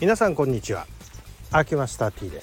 皆さんこんにちは。アーキマスター T です。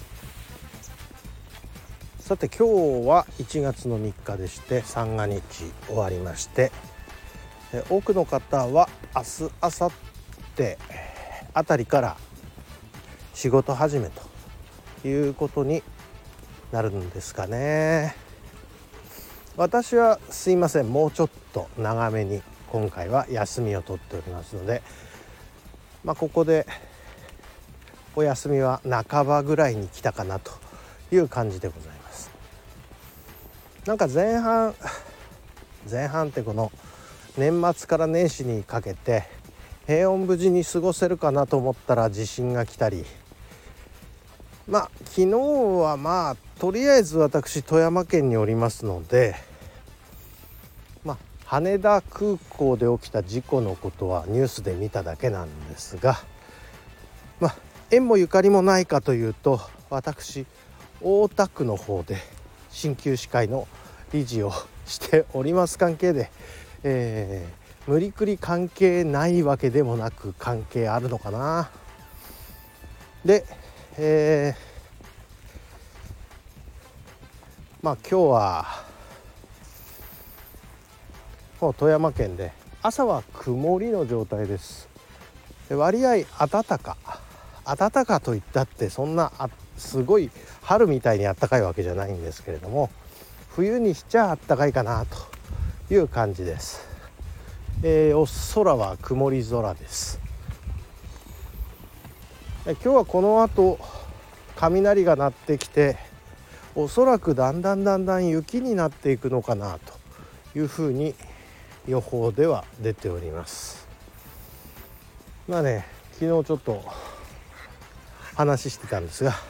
さて今日は1月の3日でして三が日終わりまして、多くの方は明日明後日あたりから仕事始めということになるんですかね。私はすいません、もうちょっと長めに今回は休みを取っておりますので、ここでお休みは半ばぐらいに来たかなという感じでございます。なんか前半ってこの年末から年始にかけて平穏無事に過ごせるかなと思ったら地震が来たり、昨日はとりあえず私富山県におりますので、羽田空港で起きた事故のことはニュースで見ただけなんですが、縁もゆかりもないかというと、私大田区の方で鍼灸師会の理事をしております関係で、無理くり関係ないわけでもなく関係あるのかな。で、今日はもう富山県で朝は曇りの状態です。割合暖かといったってそんなすごい春みたいに暖かいわけじゃないんですけれども、冬にしちゃ暖かいかなという感じです。お空は曇り空です。今日はこの後雷が鳴ってきて、おそらくだんだん雪になっていくのかなというふうに予報では出ております。昨日ちょっと話してたんですが、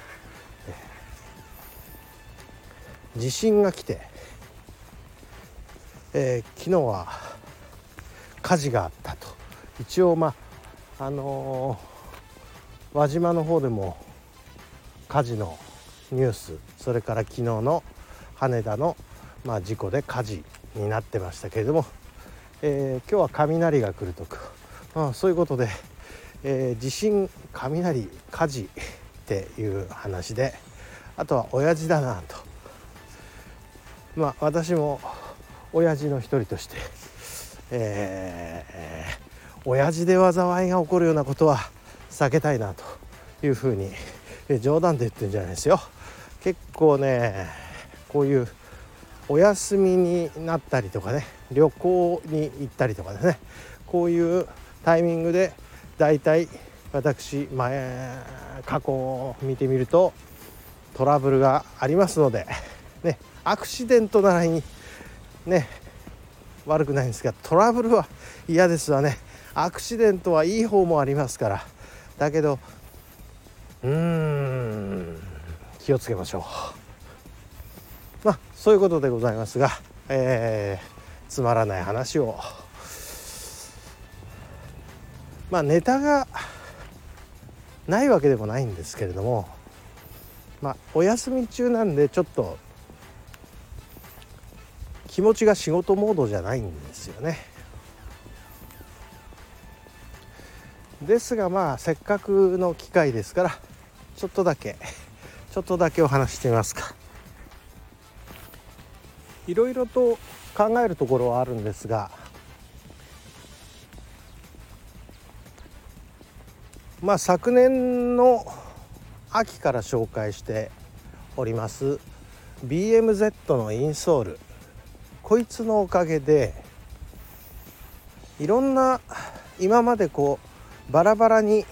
地震が来て、昨日は火事があったと。一応輪島の方でも火事のニュース、それから昨日の羽田の事故で火事になってましたけれども、今日は雷が来るとか、そういうことで、地震、雷、火事っていう話で、あとは親父だなと、私も親父の一人として、親父で災いが起こるようなことは避けたいなというふうに、冗談で言ってるんじゃないですよ。結構ね、こういうお休みになったりとかね、旅行に行ったりとかね、こういうタイミングでだいたい私過去を見てみるとトラブルがありますのでね、アクシデントならいいね、悪くないんですが、トラブルは嫌ですわね。アクシデントはいい方もありますから。だけど気をつけましょう。そういうことでございますが、つまらない話を、ネタがないわけでもないんですけれども、お休み中なんでちょっと気持ちが仕事モードじゃないんですよね。ですがせっかくの機会ですからちょっとだけお話してみますか。いろいろと考えるところはあるんですが、昨年の秋から紹介しております BMZ のインソール、こいつのおかげでいろんな今までバラバラに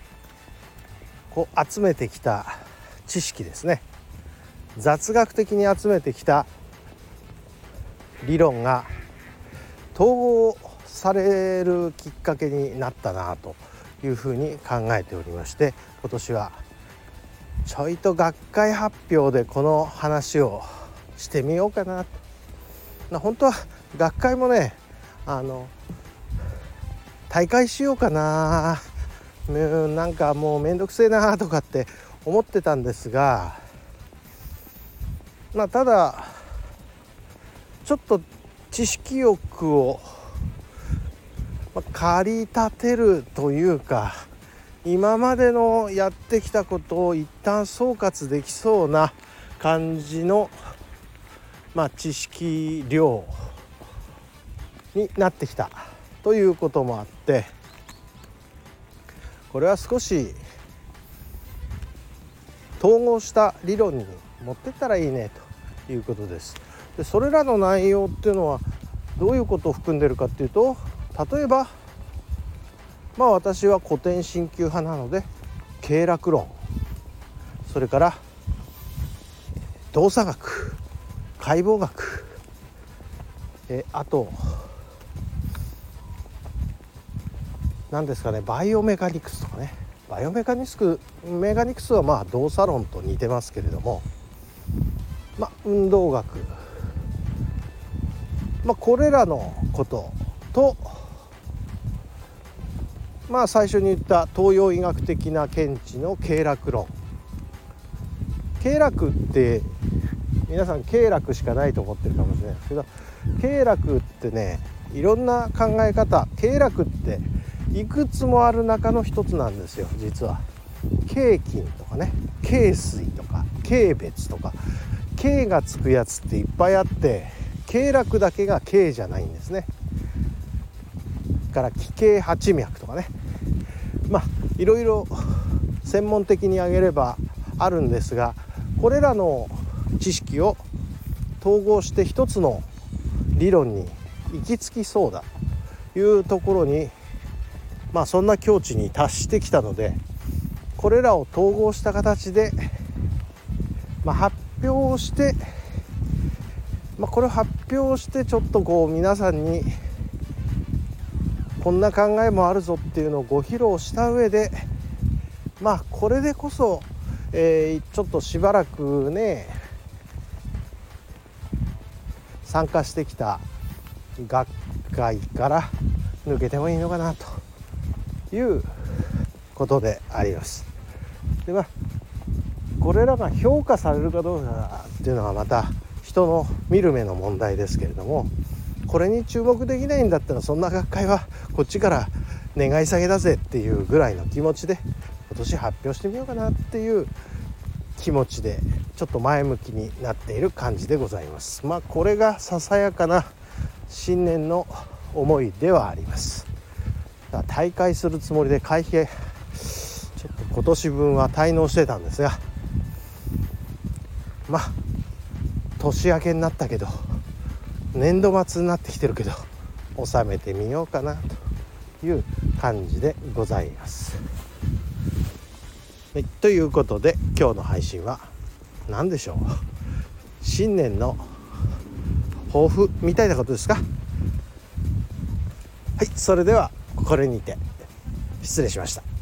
集めてきた知識ですね、雑学的に集めてきた理論が統合されるきっかけになったなというふうに考えておりまして、今年はちょいと学会発表でこの話をしてみようかな。本当は学会もね、大会しようかな、なんかもうめんどくせえなとかって思ってたんですが、ただちょっと知識欲を駆り立てるというか、 今までのやってきたことを一旦総括できそうな感じの、知識量になってきたということもあって、これは少し統合した理論に持ってったらいいねということです。でそれらの内容っていうのはどういうことを含んでいるかっていうと、例えば私は古典鍼灸派なので経絡論、それから動作学、解剖学、あと何ですかね、バイオメカニクスとかね。バイオメカニクスは動作論と似てますけれども、運動学、これらのことと、最初に言った東洋医学的な見地の経絡論。経絡って皆さん経絡しかないと思ってるかもしれないですけど、経絡ってね、いろんな考え方、経絡っていくつもある中の一つなんですよ。実は経筋とかね、経水とか経別とか、経がつくやつっていっぱいあって、経絡だけが経じゃないんですね。から気経八脈とかね、いろいろ専門的に挙げればあるんですが、これらの知識を統合して一つの理論に行き着きそうだというところに、そんな境地に達してきたので、これらを統合した形で、発表して、これを発表してちょっと皆さんにこんな考えもあるぞっていうのをご披露した上で、これでこそ、ちょっとしばらくね参加してきた学会から抜けてもいいのかなということであります。でこれらが評価されるかどうかっていうのはまた人の見る目の問題ですけれども、これに注目できないんだったら、そんな学会はこっちから願い下げだぜっていうぐらいの気持ちで今年発表してみようかなっていう気持ちで、ちょっと前向きになっている感じでございます。これがささやかな新年の思いではあります。大会するつもりで会費ちょっと今年分は滞納してたんですが、年明けになったけど、年度末になってきてるけど、納めてみようかなという感じでございます。ということで今日の配信は何でしょう、新年の抱負みたいなことですか。それではこれにて失礼しました。